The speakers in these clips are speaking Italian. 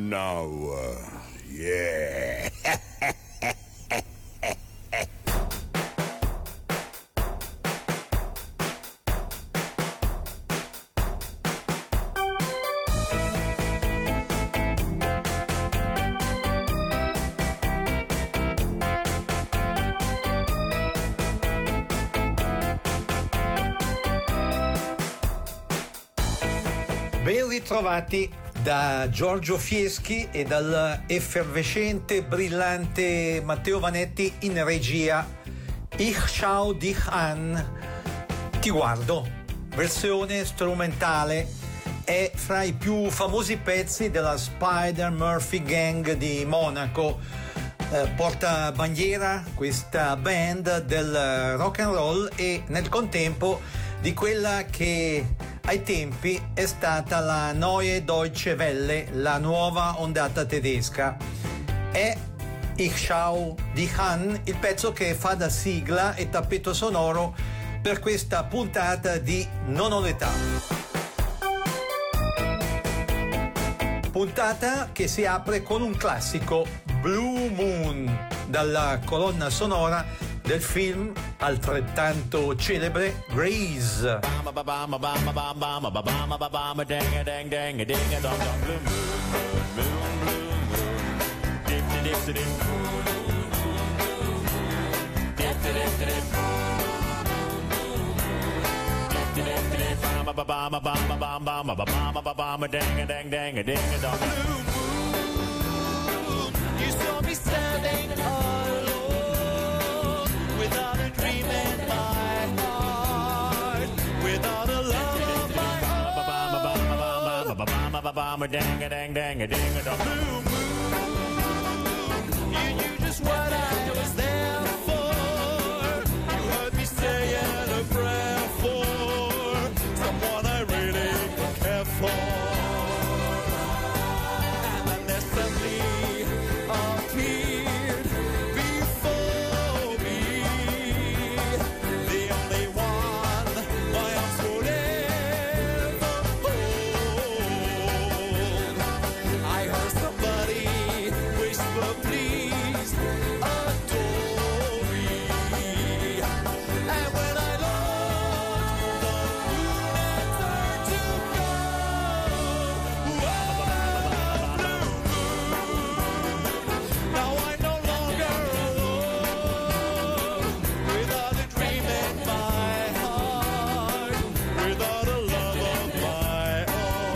now. Yeah. Ben ritrovati da Giorgio Fieschi e dal effervescente, brillante Matteo Vanetti in regia. Ich schau dich an, ti guardo, versione strumentale, è fra i più famosi pezzi della Spider-Murphy Gang di Monaco. Porta bandiera questa band del rock and roll e nel contempo di quella che ai tempi è stata la Neue Deutsche Welle, la nuova ondata tedesca. È Ich schau dich an, il pezzo che fa da sigla e tappeto sonoro per questa puntata di Non ho l'età. Puntata che si apre con un classico, Blue Moon, dalla colonna sonora del film altrettanto celebre Grease. You saw me standing alone, without a dream in my heart, without a love of my own. Blue moon, you knew just what I was there for. You heard me saying a prayer for someone I really care for. And then there suddenly appeared before me, the only one my arms would ever hold. I heard somebody whisper, please adore me. And when I looked, the moon had turned to gold. Blue moon, now I'm no longer alone, without a dream in my heart, without a love of my own.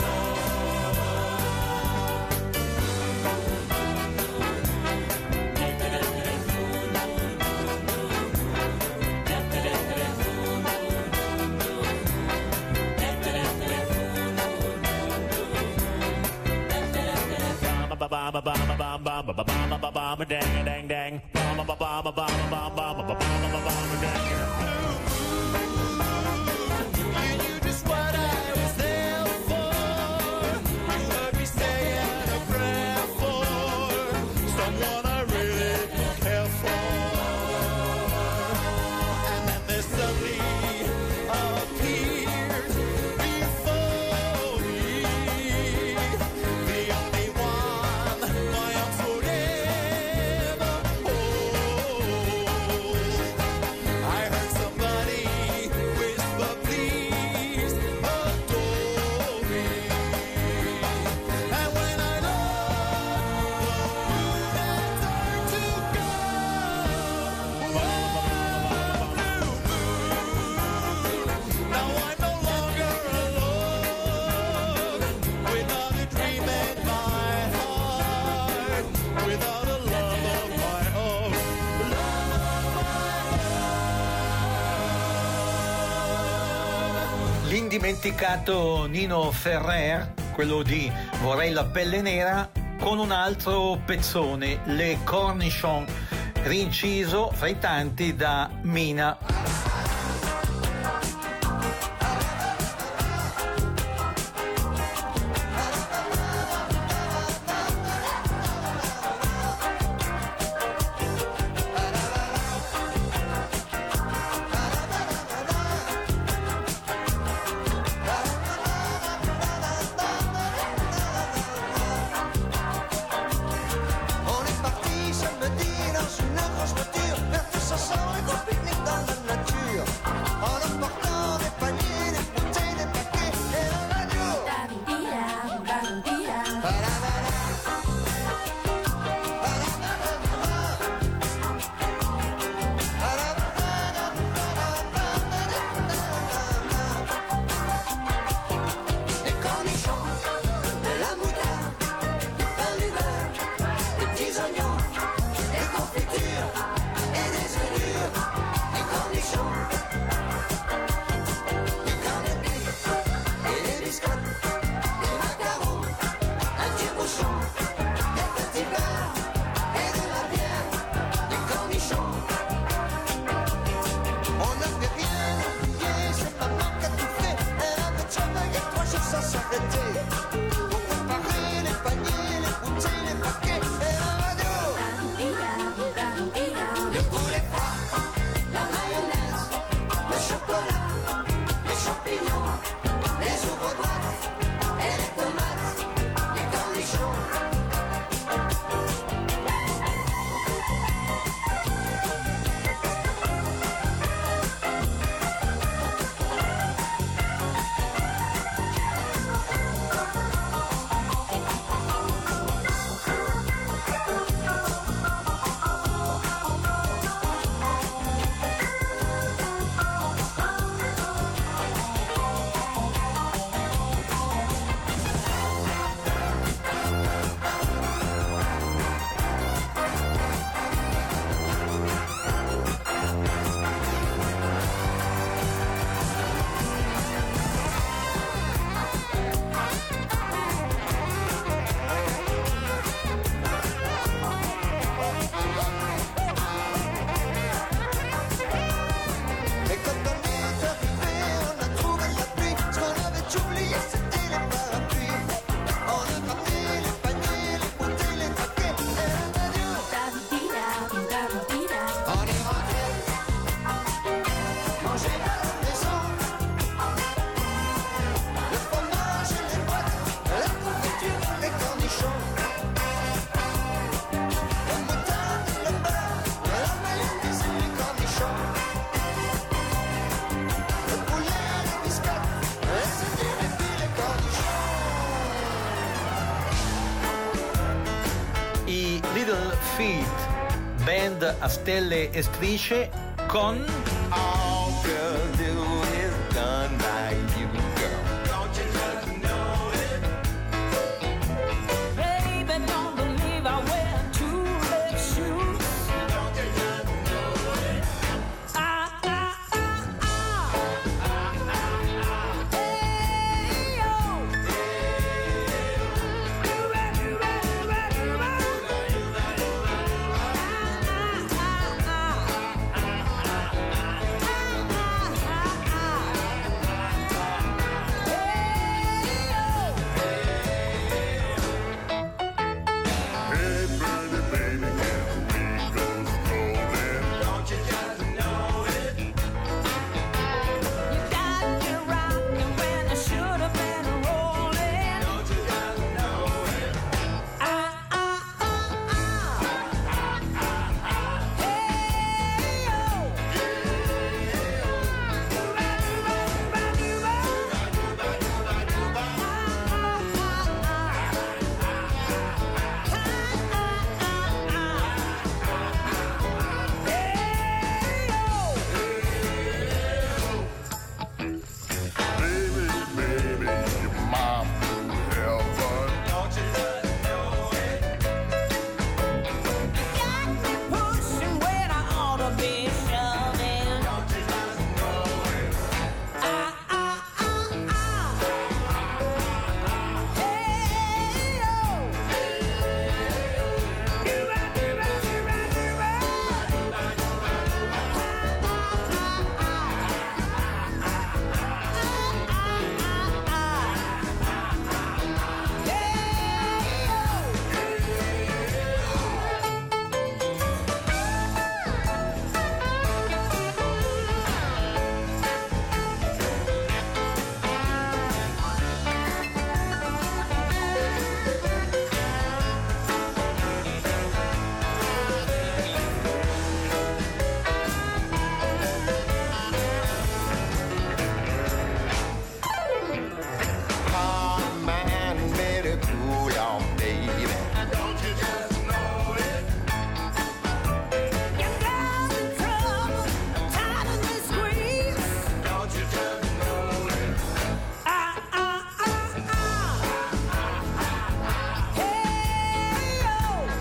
You knew just what I was there for. You heard me saying a prayer for someone I really care for. And then there suddenly appeared before me, the only one my arms would ever hold. I heard somebody whisper, please adore me. And when I looked, the moon had turned to gold. Blue moon, now I'm no longer alone, without a dream in my heart, without a love of my own. L'indimenticato Nino Ferrer, quello di Vorrei la pelle nera, con un altro pezzone, Le Cornichon, rinciso fra i tanti da Mina. Ode a stelle e strisce con All girls do is done by you, girl. Don't you just know it? Baby, don't believe I wear two red shoes. Don't you just know it? Hey, yo. Hey, pretty baby, can we go strolling? Don't you just know it? You got me rocking when I should have been rolling. Don't you just know it? Hey, yo. Baby, baby, your mom will heaven. Don't you just know it? Got me pushing when I ought to be shoving. Don't you just know it? Hey, yo. Come and let it cool off, baby. Don't you just know it? You got me trouble, tight in this squeeze. Don't you just know it? Hey, yo.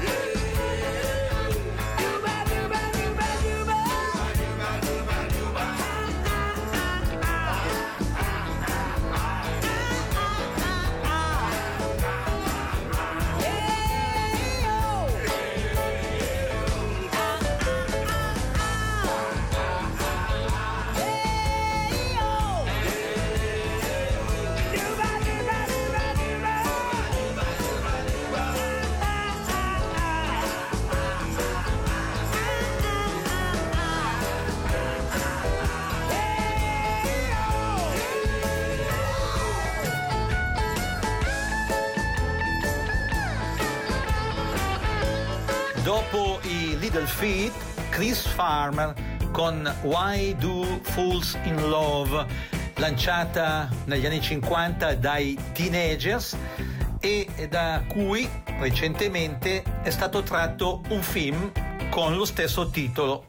dopo i Little Feat, Chris Farmer con Why Do Fools in Love, lanciata negli anni 50 dai Teenagers e da cui recentemente è stato tratto un film con lo stesso titolo.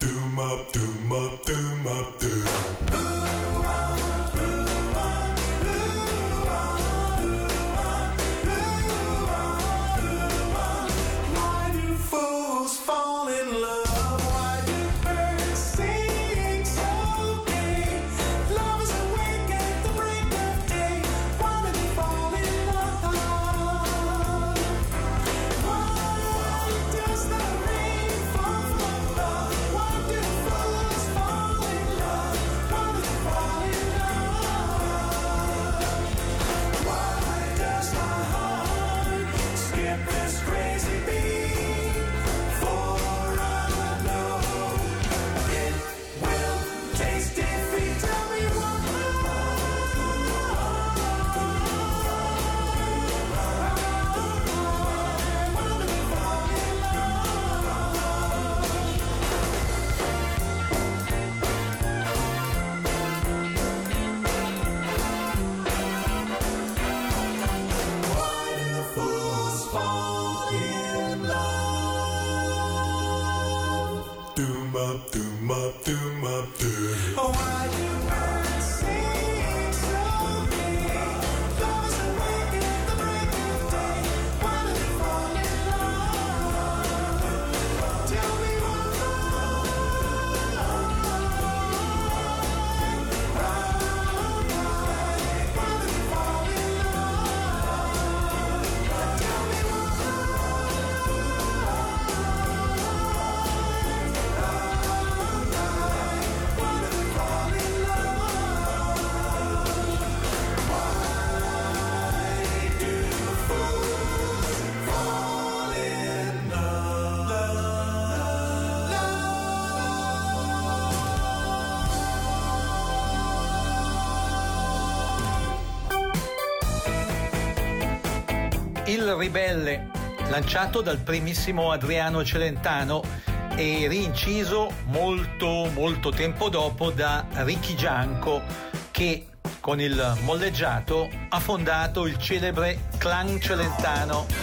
Il ribelle, lanciato dal primissimo Adriano Celentano e rinciso molto tempo dopo da Ricky Gianco, che con il molleggiato ha fondato il celebre Clan Celentano.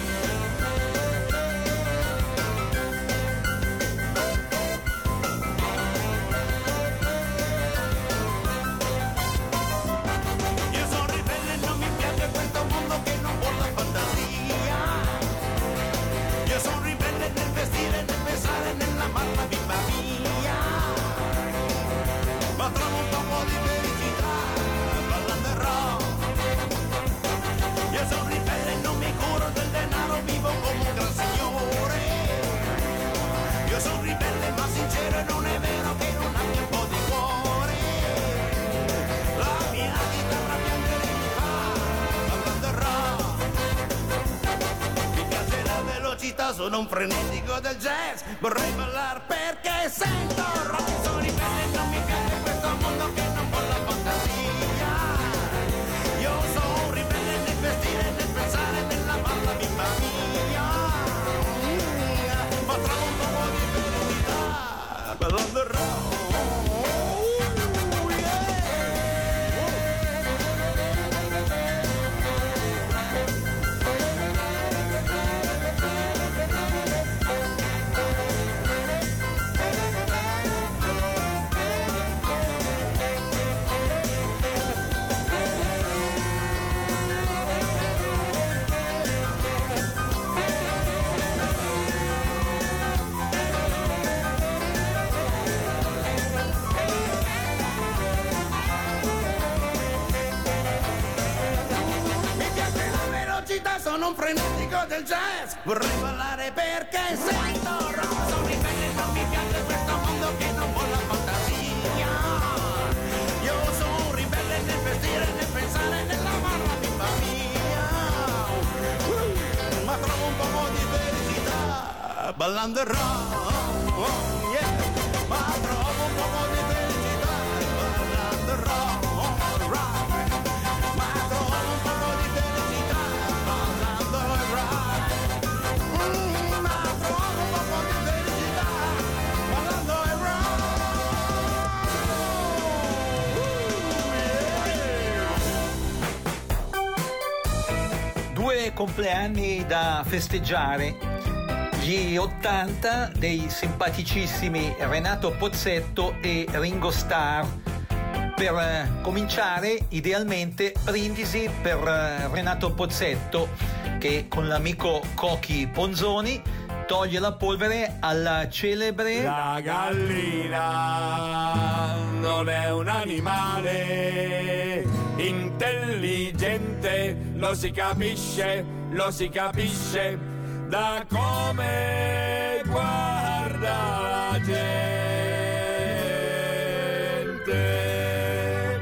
Io sono ribelle e non mi piace questo mondo che non vuole la fantasia. Io sono ribelle nel vestire, nel pensare, nell'amarla viva mia. Ma trovo un po' di felicità ballando il rock. Io sono ribelle e non mi curo del denaro, vivo come un gran signore. Io sono ribelle ma sincero e non è vero che non abbia un po' di cuore. La mia chitarra piangere mi fa ballando il rock. Mi piace la velocità, sono un frenetico del jazz. Vorrei ballare perché sento il rock. Sono ribelle e non mi piace questo mondo che non vuole la fantasia. Io sono ribelle nel vestire, nel pensare, nella balla bimba mia. Ma trovo un po' di felicità ballando il rock. Mi piace la velocità, sono un frenetico del jazz. Vorrei ballare perché sento il rock. Sono ribelle e non mi piace questo mondo che non vuole la fantasia. Io sono un ribelle nel vestire, nel pensare, nella barra bimba mia. Ma trovo un po' di felicità ballando il rock. Oh, yeah. Ma trovo un po' di felicità ballando il rock. Rock. Ma trovo un po' di felicità ballando il rock. Ma trovo un po' di felicità ballando il rock. Due compleanni da festeggiare, gli 80 dei simpaticissimi Renato Pozzetto e Ringo Starr. Per cominciare, idealmente, brindisi per Renato Pozzetto, che con l'amico Cochi Ponzoni toglie la polvere alla celebre La gallina non è un animale intelligente, lo si capisce da come guarda la gente.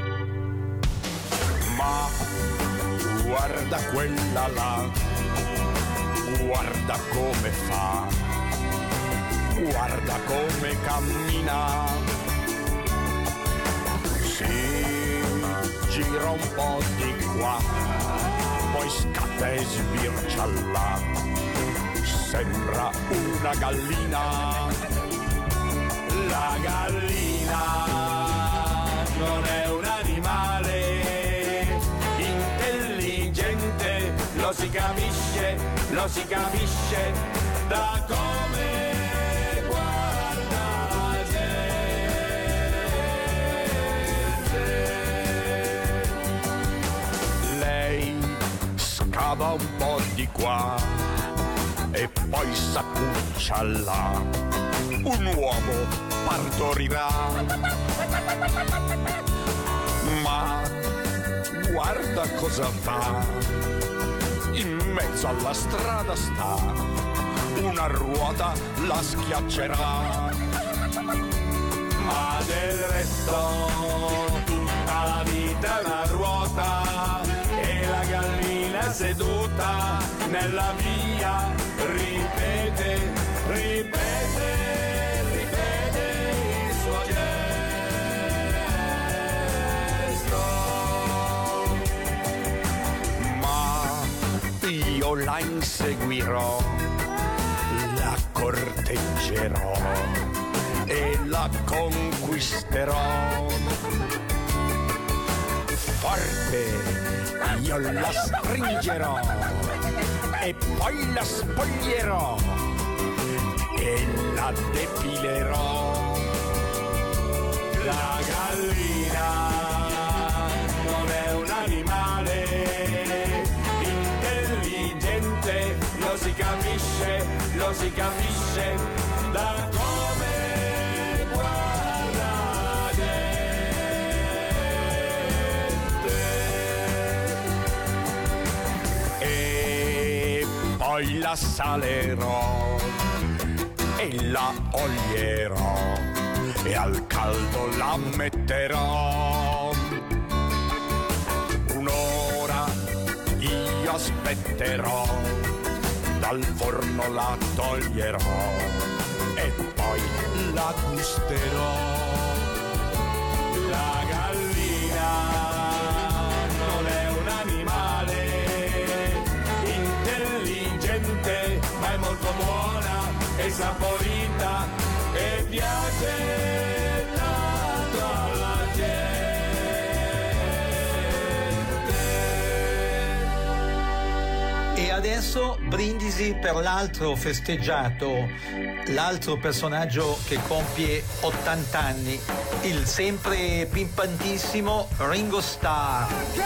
Ma guarda quella là, guarda come fa, guarda come cammina. Si gira un po' di qua, poi scatta e sbircia là. Sembra una gallina. La gallina non è un animale intelligente, lo si capisce da come guarda la gente. un po' di qua e poi s'accuccia là. Un uomo partorirà, ma guarda cosa fa. In mezzo alla strada sta, una ruota la schiaccerà. Ma del resto tutta la vita è una ruota e la gallina seduta nella via ripete, ripete, ripete il suo gesto. Ma io la inseguirò, la corteggerò e la conquisterò. Forte io la stringerò e poi la spoglierò e la depilerò. La gallina non è un animale intelligente, lo si capisce da come guarda gente. E poi la salerò e la olierò e al caldo la metterò. Un'ora io aspetterò, dal forno la toglierò e poi la gusterò. La gallina non è un animale intelligente, ma è molto buona e saporita e piace tanto alla gente. E adesso brindisi per l'altro festeggiato, l'altro personaggio che compie 80 anni, il sempre pimpantissimo Ringo Starr.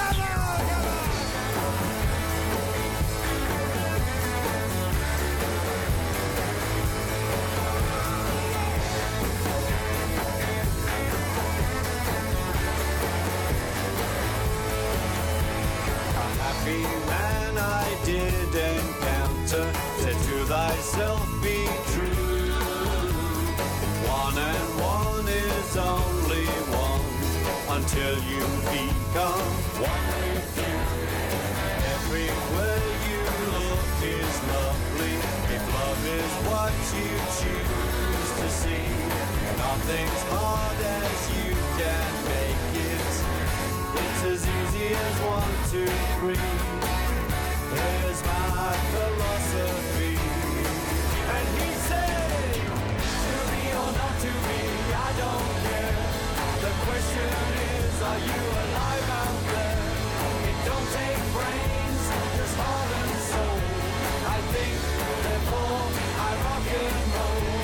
Did encounter, said to thyself be true. One and one is only one until you become one with you. Everywhere you look is lovely if love is what you choose to see. Nothing's hard as you can make it. It's as easy as 1, 2, 3. Here's my philosophy. And he said, to be or not to be, I don't care. The question is, are you alive out there? It don't take brains, just heart and soul. I think, therefore, I rock and roll.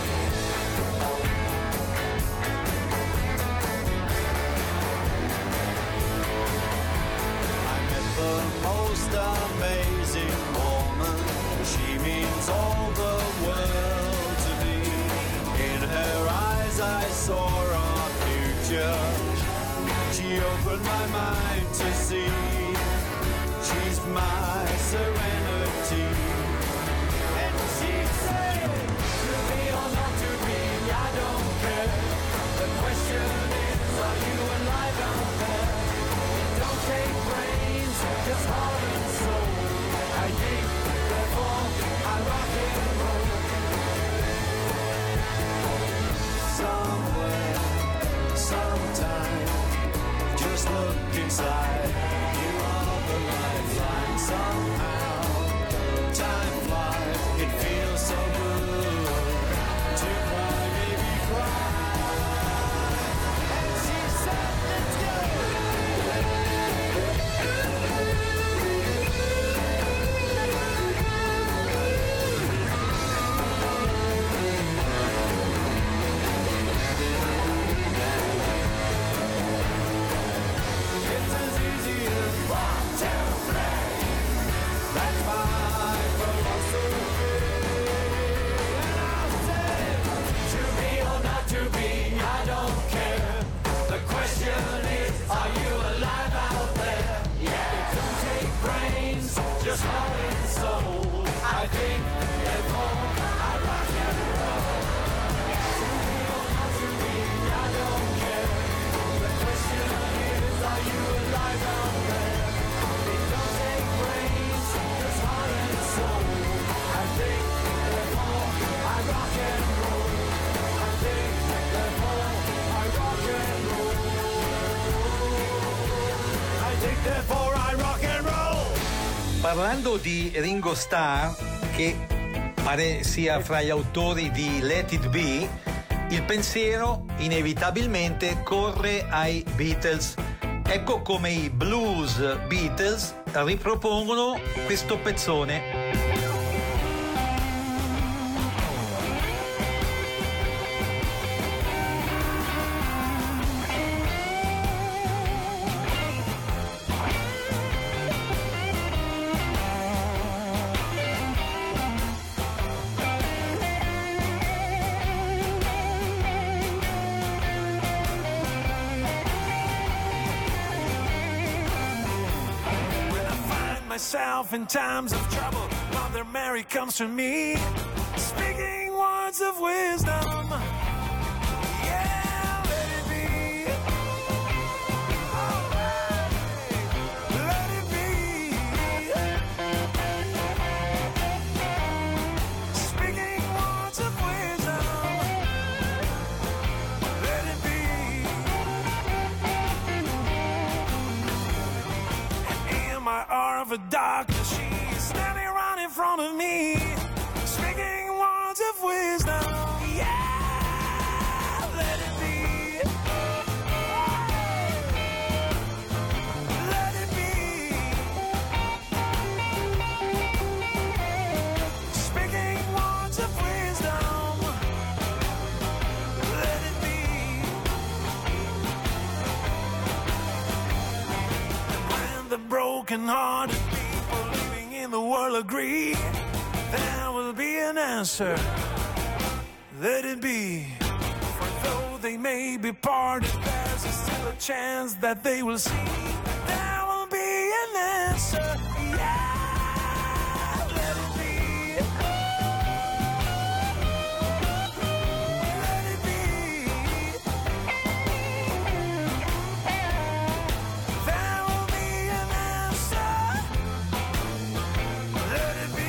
I met the most amazing woman. She means all the world to me. In her eyes I saw our future. She opened my mind to see. She's my serenity. And she said, to be or not to be, I don't care. The question is, are you alive out there? It don't take brains, just heart and soul. I think, therefore, I rock and roll. Somewhere, sometime, just look inside. You are the lifeline. Somehow, time flies. It feels so good to cry, baby, cry. And she said, let's go. It's as easy as 1, 2, 3. Parlando di Ringo Starr, che pare sia fra gli autori di Let It Be, il pensiero inevitabilmente corre ai Beatles. Ecco come i Blues Beatles ripropongono questo pezzone. Myself in times of trouble, Mother Mary comes to me, speaking words of wisdom. Yeah, let it be. Alright, let it be. Speaking words of wisdom. Let it be. In my hour of a darkness, she's standing right in front of me, speaking words of wisdom. Yeah, let it be. Let it be. Speaking words of wisdom. Let it be. When the broken-hearted people living in the world agree, there will be an answer. Let it be. For though they may be parted, there's still a chance that they will see. There will be an answer. Yeah, let it be. Let it be. There will be an answer. Let it be.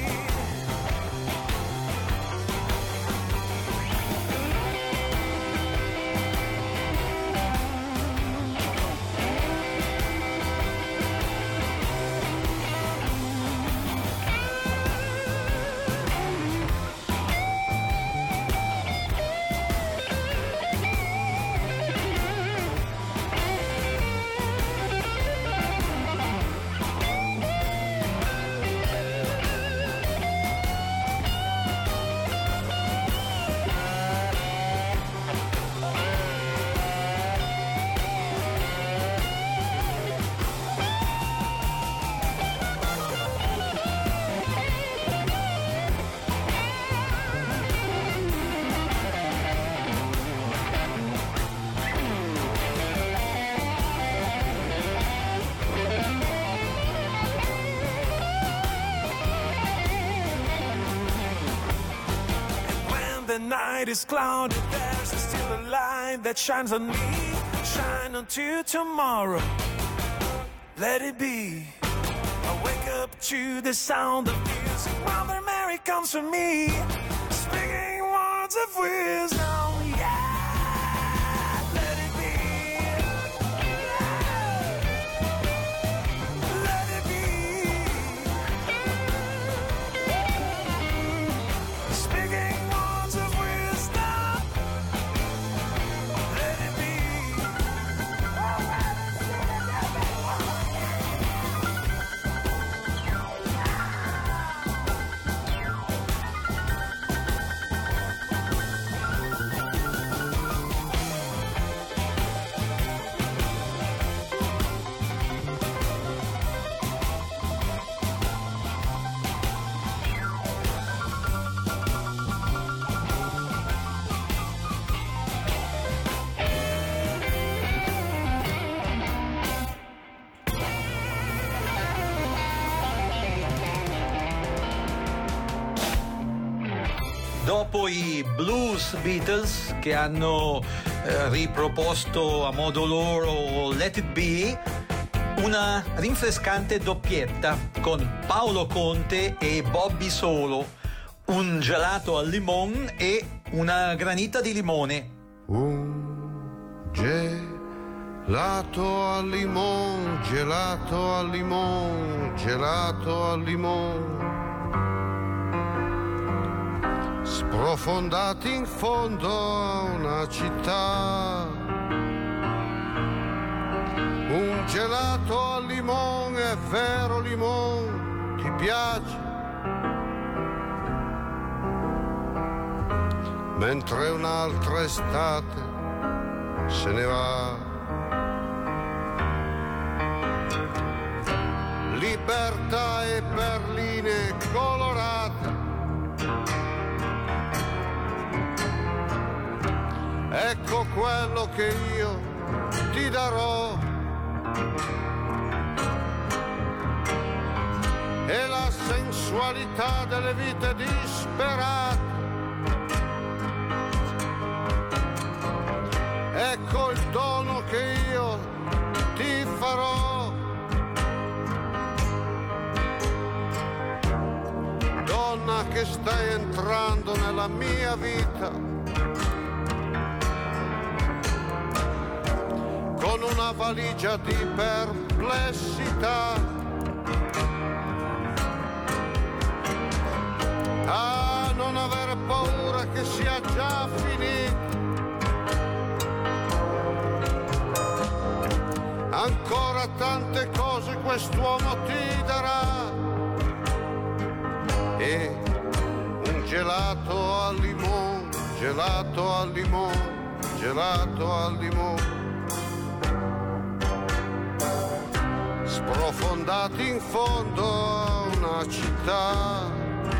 The night is clouded, there's still a light that shines on me. Shine until tomorrow. Let it be. I wake up to the sound of music. Mother Mary comes to me, speaking words of wisdom. Yeah, let it be. Let it be. Speaking words of wisdom. Let it be. Dopo i Blues Beatles che hanno riproposto a modo loro Let It Be, una rinfrescante doppietta con Paolo Conte e Bobby Solo, un gelato al limone e una granita di limone. Un Gelato al limone, gelato al limone, gelato al limone. Sprofondati in fondo a una città. Un gelato al limone, è vero limone, ti piace? Mentre un'altra estate se ne va. Libertà e perline colorate. Ecco quello che io ti darò. E la sensualità delle vite disperate. Ecco il dono che io ti farò. Donna che stai entrando nella mia vita con una valigia di perplessità. Ah, non aver paura che sia già finito. Ancora tante cose quest'uomo ti darà. E un gelato al limone, gelato al limone, gelato al limone. Sprofondati in fondo a una città.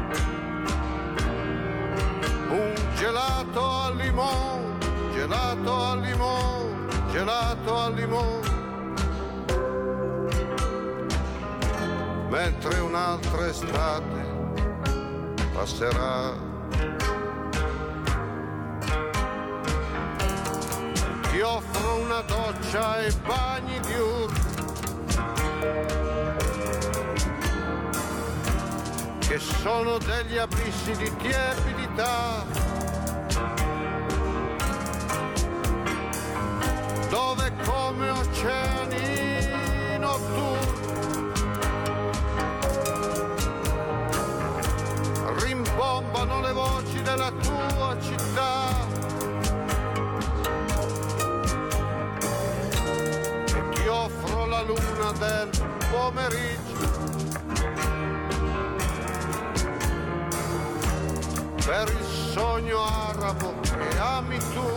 Un gelato al limone, gelato al limone, gelato al limone. Mentre un'altra estate passerà. Ti offro una doccia e bagni diurni che sono degli abissi di tiepidità, dove come oceani notturni rimbombano le voci della tua città. E ti offro la luna del pomeriggio per il sogno arabo che ami tu.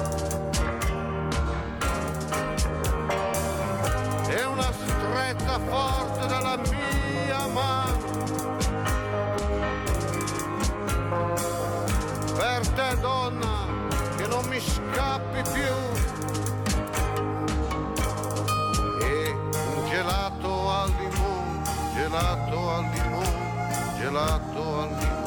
E una stretta forte dalla mia mano per te, donna, che non mi scappi più. E un gelato al limone, gelato al limone, gelato al limone.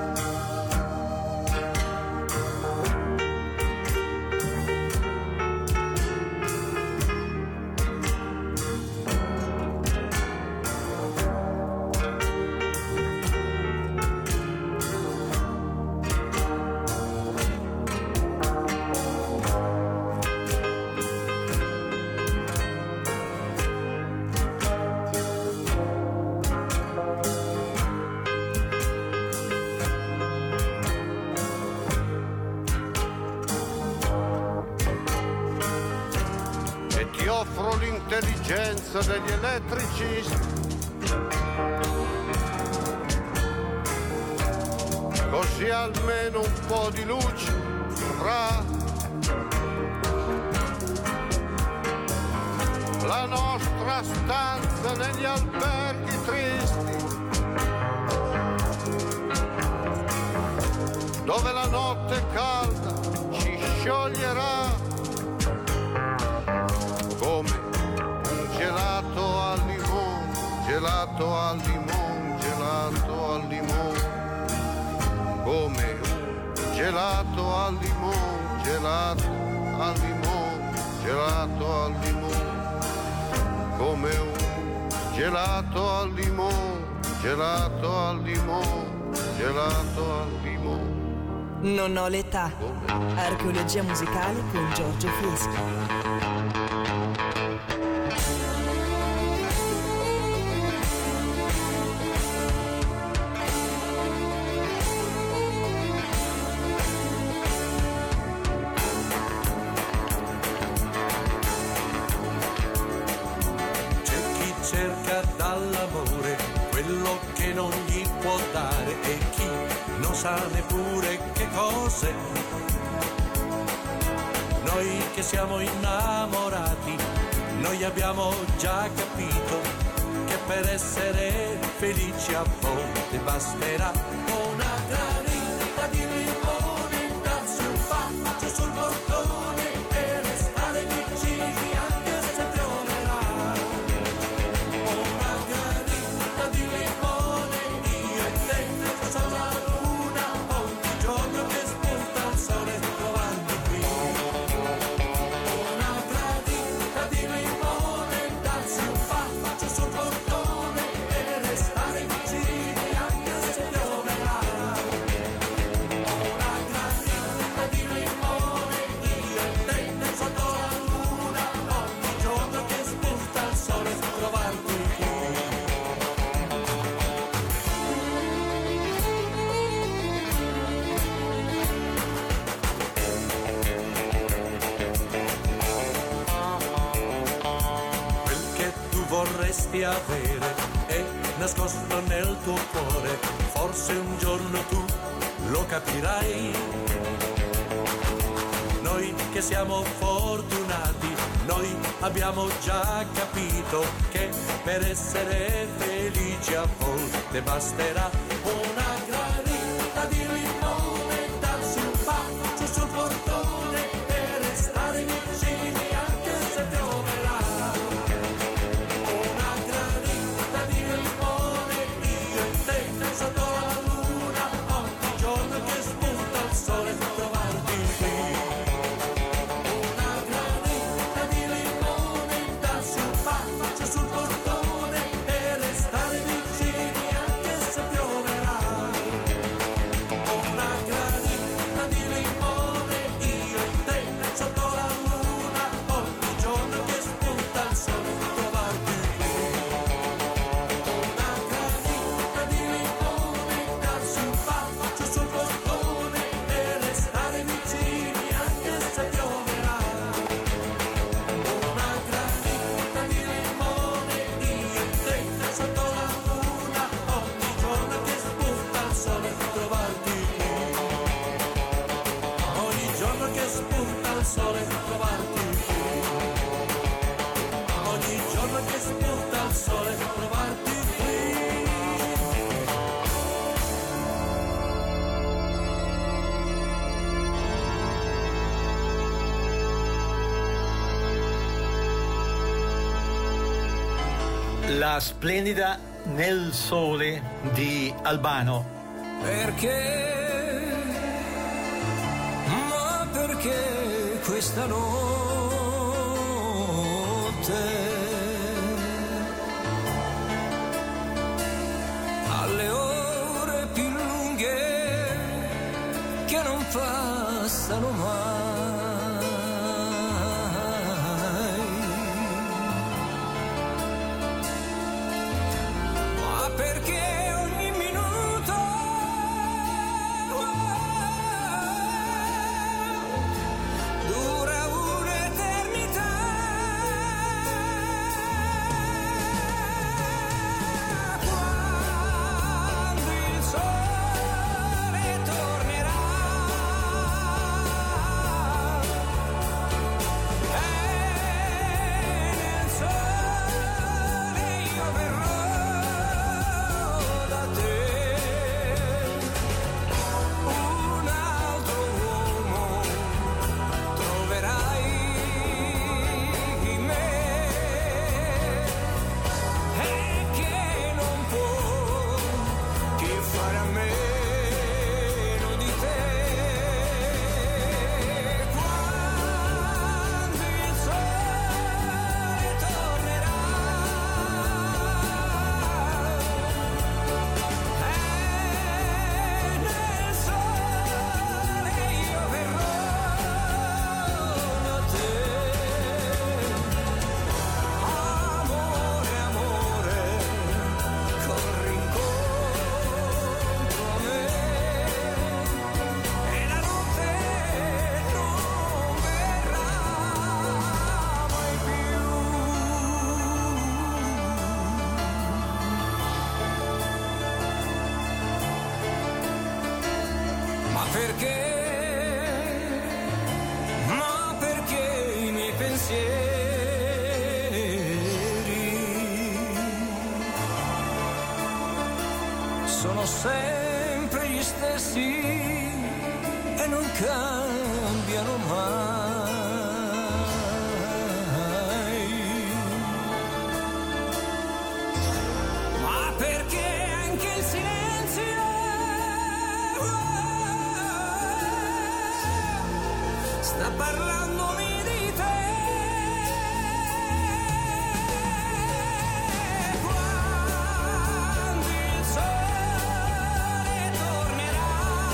Ti offro l'intelligenza degli elettricisti, così almeno un po' di luce avrà. La nostra stanza negli alberghi tristi, dove la notte calda ci scioglierà. Come un gelato al limone, gelato al limone, gelato al limone. Come un gelato al limone, gelato al limone, gelato al limone. Come un gelato al limone, gelato al limone, gelato al limone. Non ho l'età. Archeologia musicale con Giorgio Fieschi. sa neppure che cose. Noi che siamo innamorati, noi abbiamo già capito che per essere felici a volte basterà una granita di limone, darsi un bacio sul portone e restare vicini anche se pioverà. Una granita di limone, io e te, sotto la luna, ogni giorno che spunta il sole trovando qui. Una granita di limone, darsi un bacio sul portone e restare vicini anche se pioverà. Una granita di limone, io e te, sotto la luna, ogni giorno che spunta il sole trovarti qui. Quel che tu vorresti avere è nascosto nel tuo cuore, forse un giorno tu lo capirai. Noi che siamo fortunati, noi abbiamo già capito che per essere felici a volte basterà una granita di limone, darsi un bacio sul portone e restare vicini anche se pioverà. Una granita di limone, io e te, sotto la luna, ogni giorno che spunta il sole trovarti qui. Una granita di limone, darsi un bacio sul portone e restare vicini anche se pioverà. Una granita di limone, io e te, sotto la luna, ogni giorno che spunta il sole trovarti qui. Una granita di limone, darsi un bacio sul portone e restare vicini anche se pioverà. Una granita di limone, io e te, sotto la luna, ogni giorno che spunta il sole trovarti qui. Ogni giorno che spunta il sole trovarti qui. Ogni giorno che spunta il sole trovarti qui. La splendida Nel sole di Albano. Perché? Ma perché questa notte alle ore più lunghe che non passano mai? Ma perché ogni minuto dura un'eternità? Quando il sole tornerà perché i miei pensieri sono sempre gli stessi e non cambiano mai. Ma perché anche il silenzio sta parlandomi di te. Quando il sole tornerà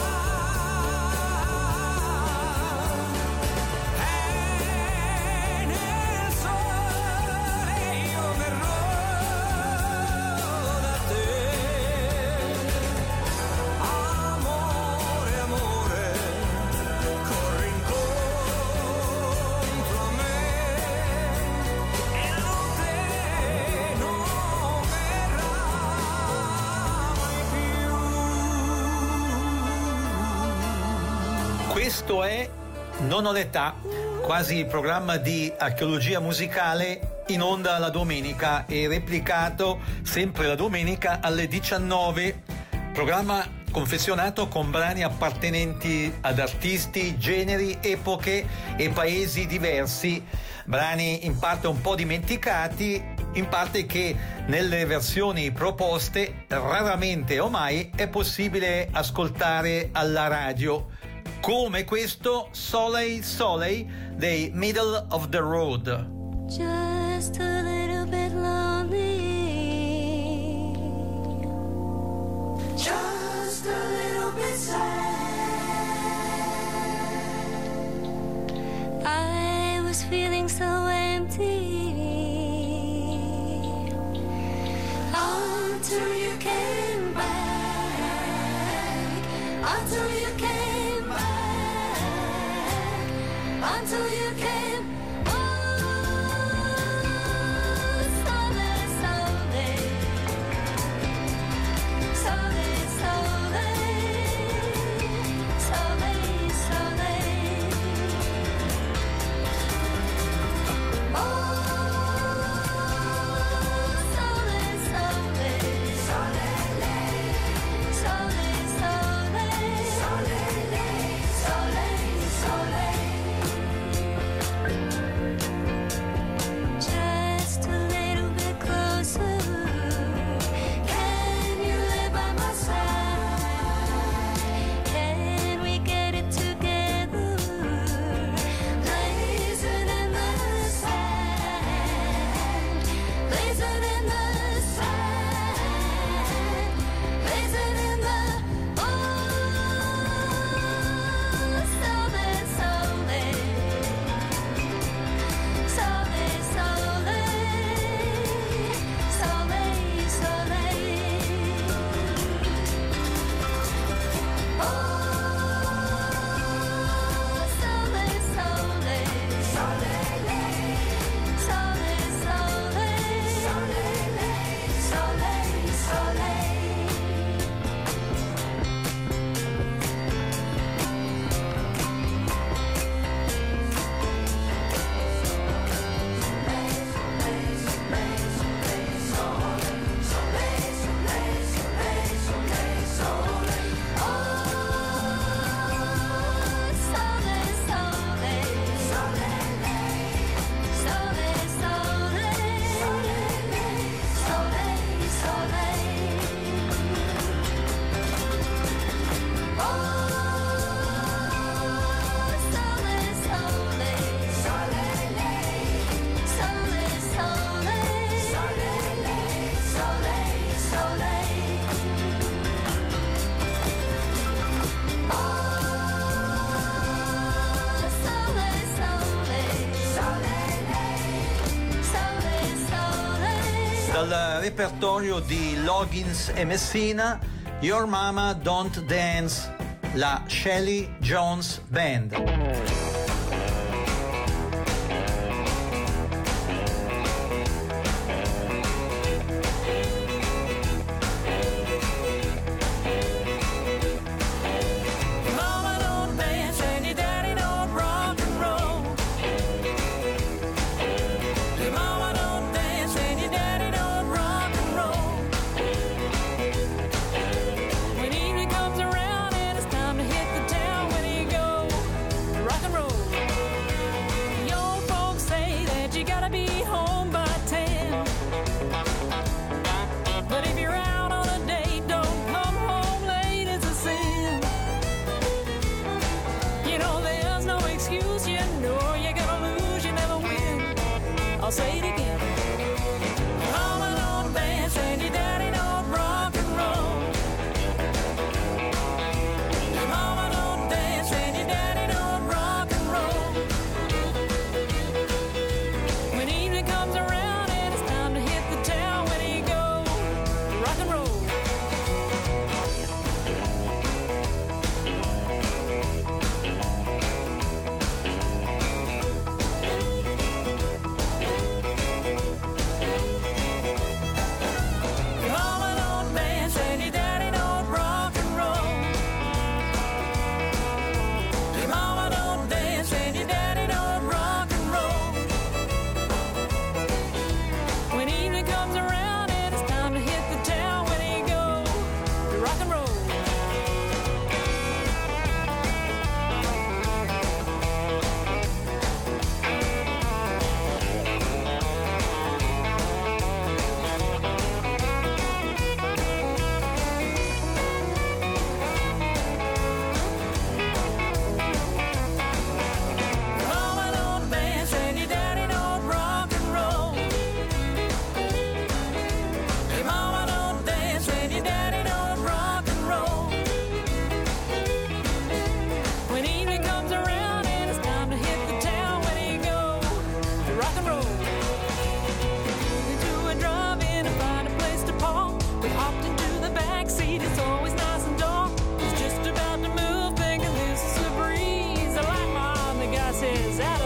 e nel sole io verrò da te. Amore, amore, corri incontro a me e la notte non verrà mai più. Questo è Non ho l'età, quasi il programma di archeologia musicale in onda la domenica e replicato sempre la domenica alle 19. Programma confezionato con brani appartenenti ad artisti, generi, epoche e paesi diversi, brani in parte un po' dimenticati, in parte che nelle versioni proposte raramente o mai è possibile ascoltare alla radio, come questo Soleil Soleil dei Middle of the Road. Just a little bit lonely, just a little bit sad. I was feeling so empty until you came back, until you came back, until you came. Dal repertorio di Loggins e Messina, Your Mama Don't Dance, la Shelley Jones Band. Mama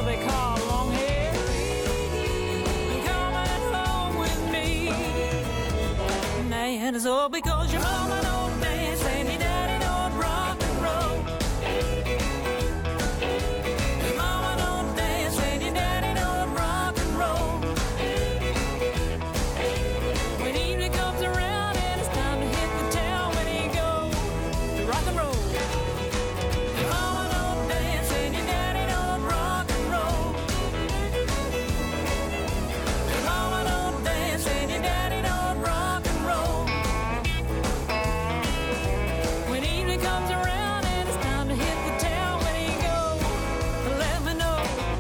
girl they call long hair. Coming home with me. And it's all because your mama don't dance and your daddy don't rock and roll. Your mama don't dance and your daddy don't rock and roll. When evening comes around and it's time to hit the town, where do you go to rock and roll? Your mama don't dance and your daddy don't rock and roll. Your mama don't dance and your daddy don't rock and roll. When evening comes around and it's time to hit the town, where do you go? Let me know.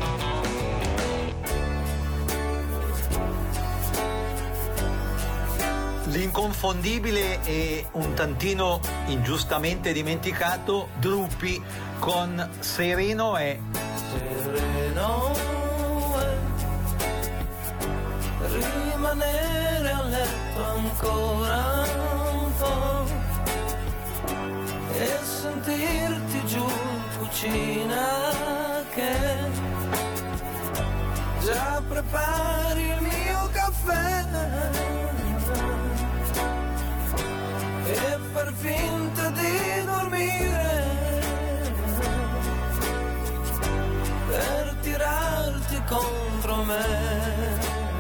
L'inconfondibile e un tantino ingiustamente dimenticato Drupi con Sereno è Sereno è rimanere a letto ancora un po' e sentirti giù in cucina che già prepari il mio caffè e far finta di dormire per tirarti contro me.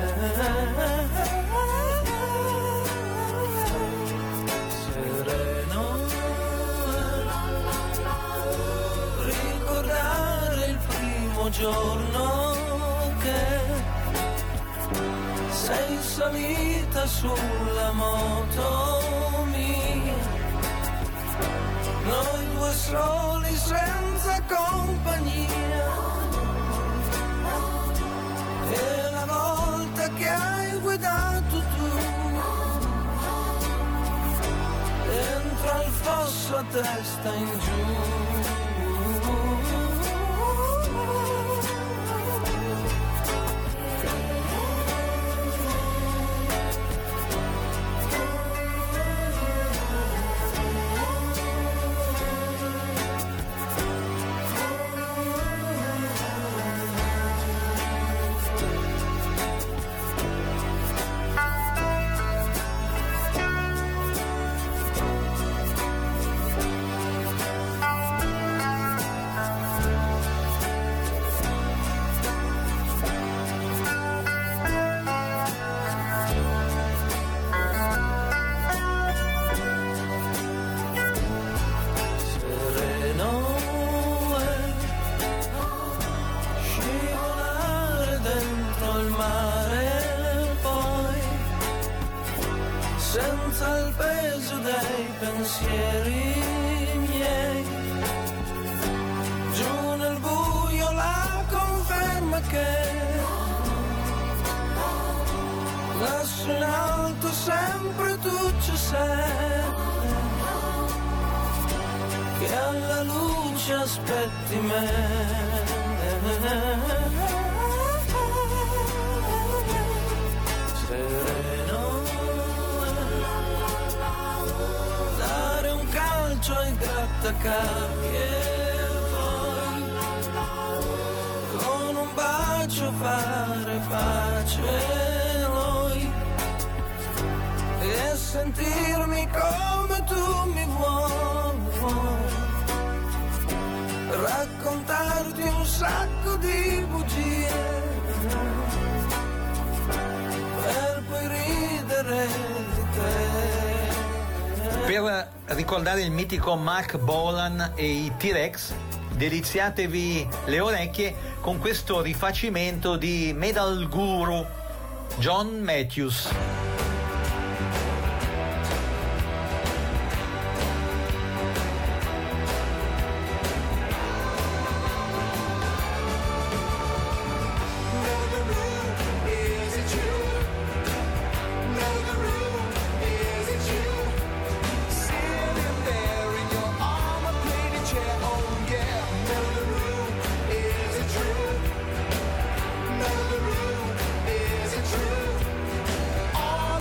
Sereno, ricordare il primo giorno che sei salita sulla moto mia, noi due soli senza compagnia, e la volta che hai guidato tu dentro al fosso a testa in giù. Senza il peso dei pensieri miei, giù nel buio la conferma che lassù in alto sempre tu ci sei, che alla luce aspetti me. Sereno, dare un calcio ai grattacapi e poi con un bacio fare pace noi e sentirmi come tu mi vuoi, raccontarti un sacco di bugie per poi ridere di te. Per ricordare il mitico Mark Bolan e i T-Rex, deliziatevi le orecchie con questo rifacimento di Metal Guru John Matthews. Is it true?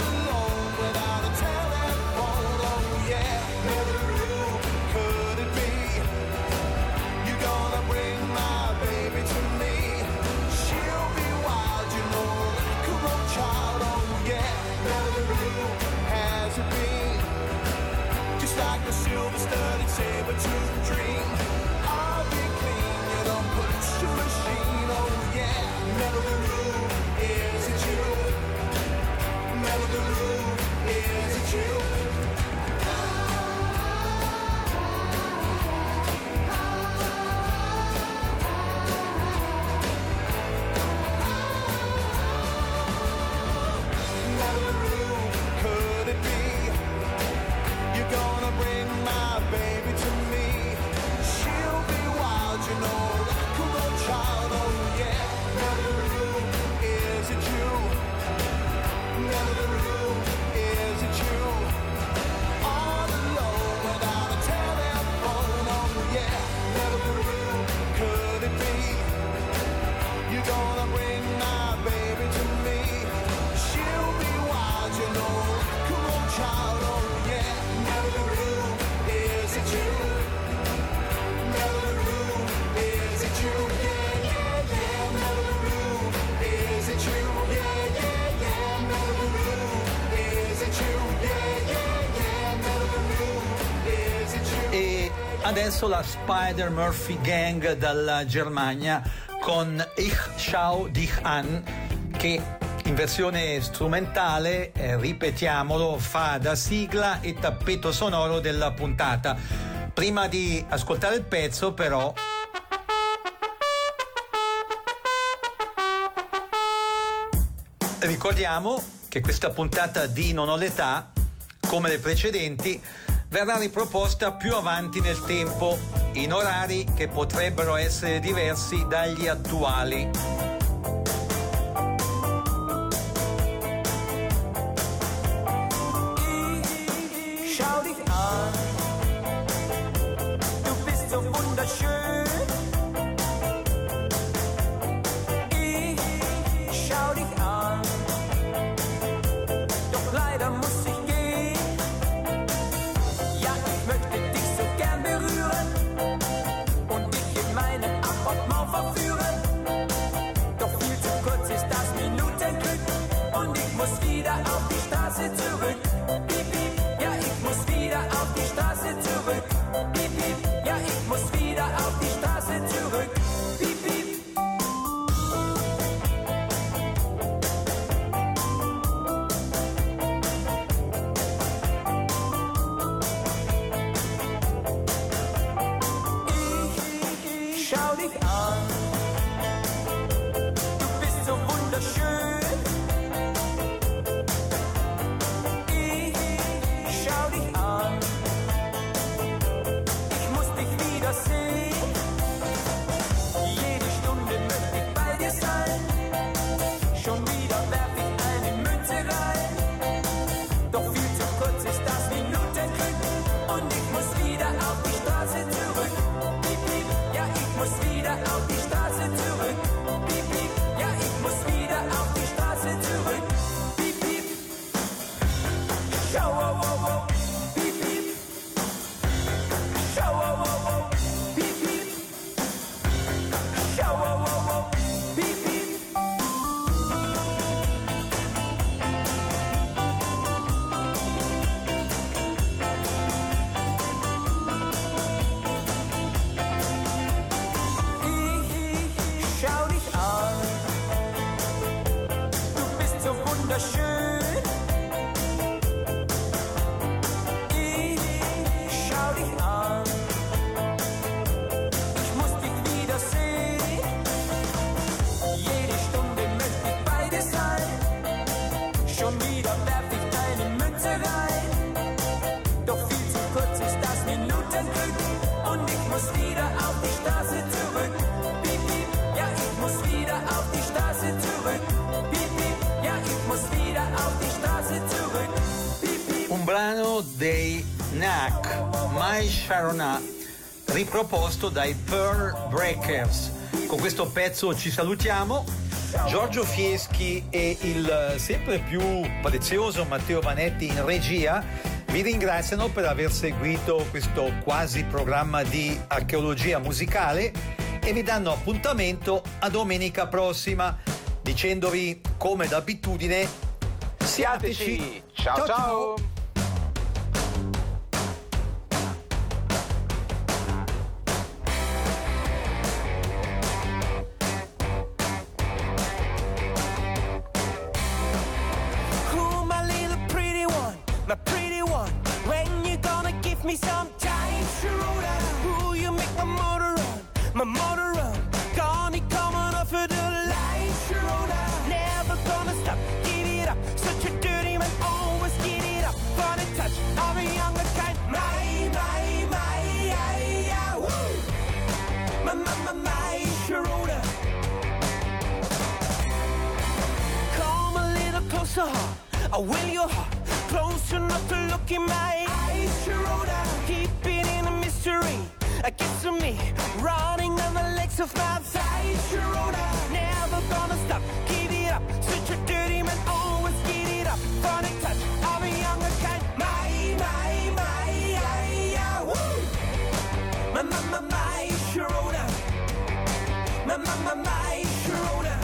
gonna bring my baby to me. She'll be wild, you know. Come on, child, oh yeah. Melody, is it you? Melody, is it you? Yeah, yeah, yeah. Melody, is it you? Yeah, yeah, yeah. Melody, is it you? Yeah, yeah, yeah. Melody, is it you? E adesso la Spider-Murphy Gang dalla Germania con Ich schau dich an, che in versione strumentale, ripetiamolo, fa da sigla e tappeto sonoro della puntata. Prima di ascoltare il pezzo, però, ricordiamo che questa puntata di Non ho l'età, come le precedenti, verrà riproposta più avanti nel tempo, in orari che potrebbero essere diversi dagli attuali. Schau dich an, du bist so wunderschön. Ich schau dich an, doch leider muss ich gehen. Ja, ich möchte dich so gern berühren und dich in meinen Appartement verführen. Doch viel zu kurz ist das Minutenglück und ich muss wieder auf die Straße zurück. Piep, piep, ja, ich muss wieder auf die Straße zurück. Piep, piep, ja, ich muss wieder auf die Straße zurück. Piep, piep. Ich schau dich an, du bist so wunderschön. Ich schau dich an, ich muss dich wiedersehen. Jede Stunde möchte ich bei dir sein. Schon wieder werf ich eine Münze rein. Doch viel zu kurz ist das Minutenglück und ich muss wieder auf die Straße zurück. Piep, piep, ja, ich muss wieder auf die Straße zurück. Piep, piep, ja, ich muss wieder auf die Straße zurück. Piep, piep. Schau, oh, oh, oh. Piep, piep. Schau, oh, oh, oh. Piep, piep. Schau, oh, oh, oh. Piep, piep. Ich schau dich an, du bist so wunderschön. Ich schau dich an, ich muss dich wiedersehen. Jede Stunde möchte ich bei dir sein. Schon wieder werf ich eine Münze rein. Doch viel zu kurz ist das Minutenglück und ich muss wieder auf die Straße zurück. Piep, piep, ja, ich muss wieder auf die Straße zurück. Piep, piep, ja, ich muss wieder auf die Straße zurück. Piep, piep. Un brano dei Knack, My Sharona, riproposto dai Pearl Breakers. Con questo pezzo ci salutiamo. Giorgio Fieschi e il sempre più prezioso Matteo Vanetti in regia vi ringraziano per aver seguito questo quasi programma di archeologia musicale e vi danno appuntamento a domenica prossima, dicendovi come d'abitudine: siateci! Ciao ciao! Oh, my little pretty one, my pretty one. When you gonna give me some time, Sharona? Ooh, you make my motor run. Gonna come on off of the line, Sharona. Never gonna stop, give it up. Such a dirty man, always get it up. For the touch of a younger kind. My, Sharona. Come a little closer, I will your heart. Close enough to look in my eyes, Sharona. Keep it in a mystery. A kiss of me, running on the legs of my thighs, Sharona. Never my, Schroeder.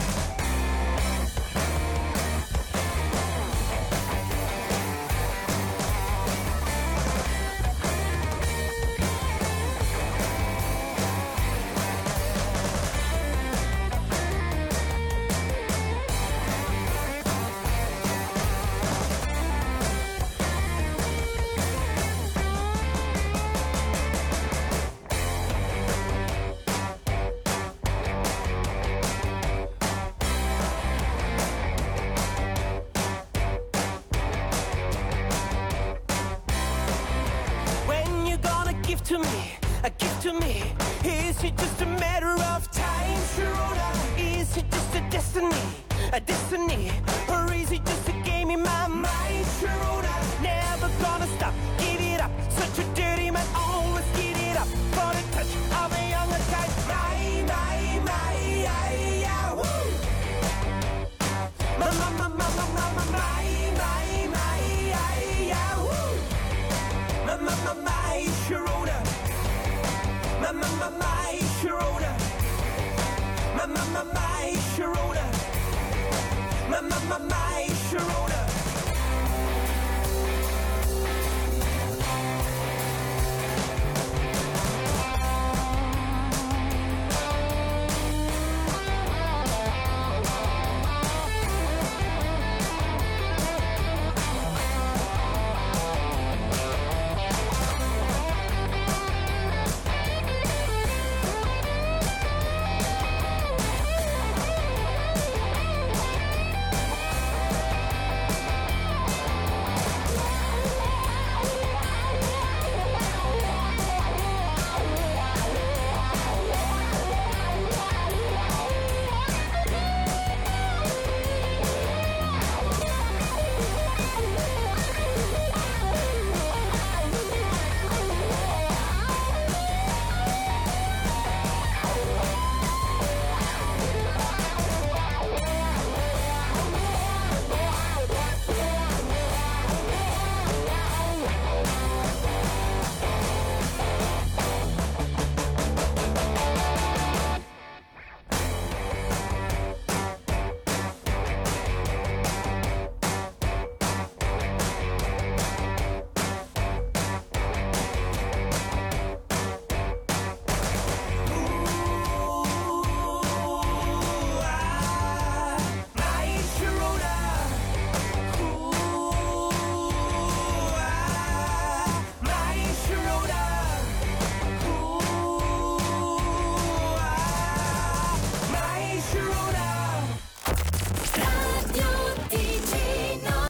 When you gonna give to me, give to me? Is it just a matter of time, Schroeder? Is it just a destiny, or is it just a game in my mind?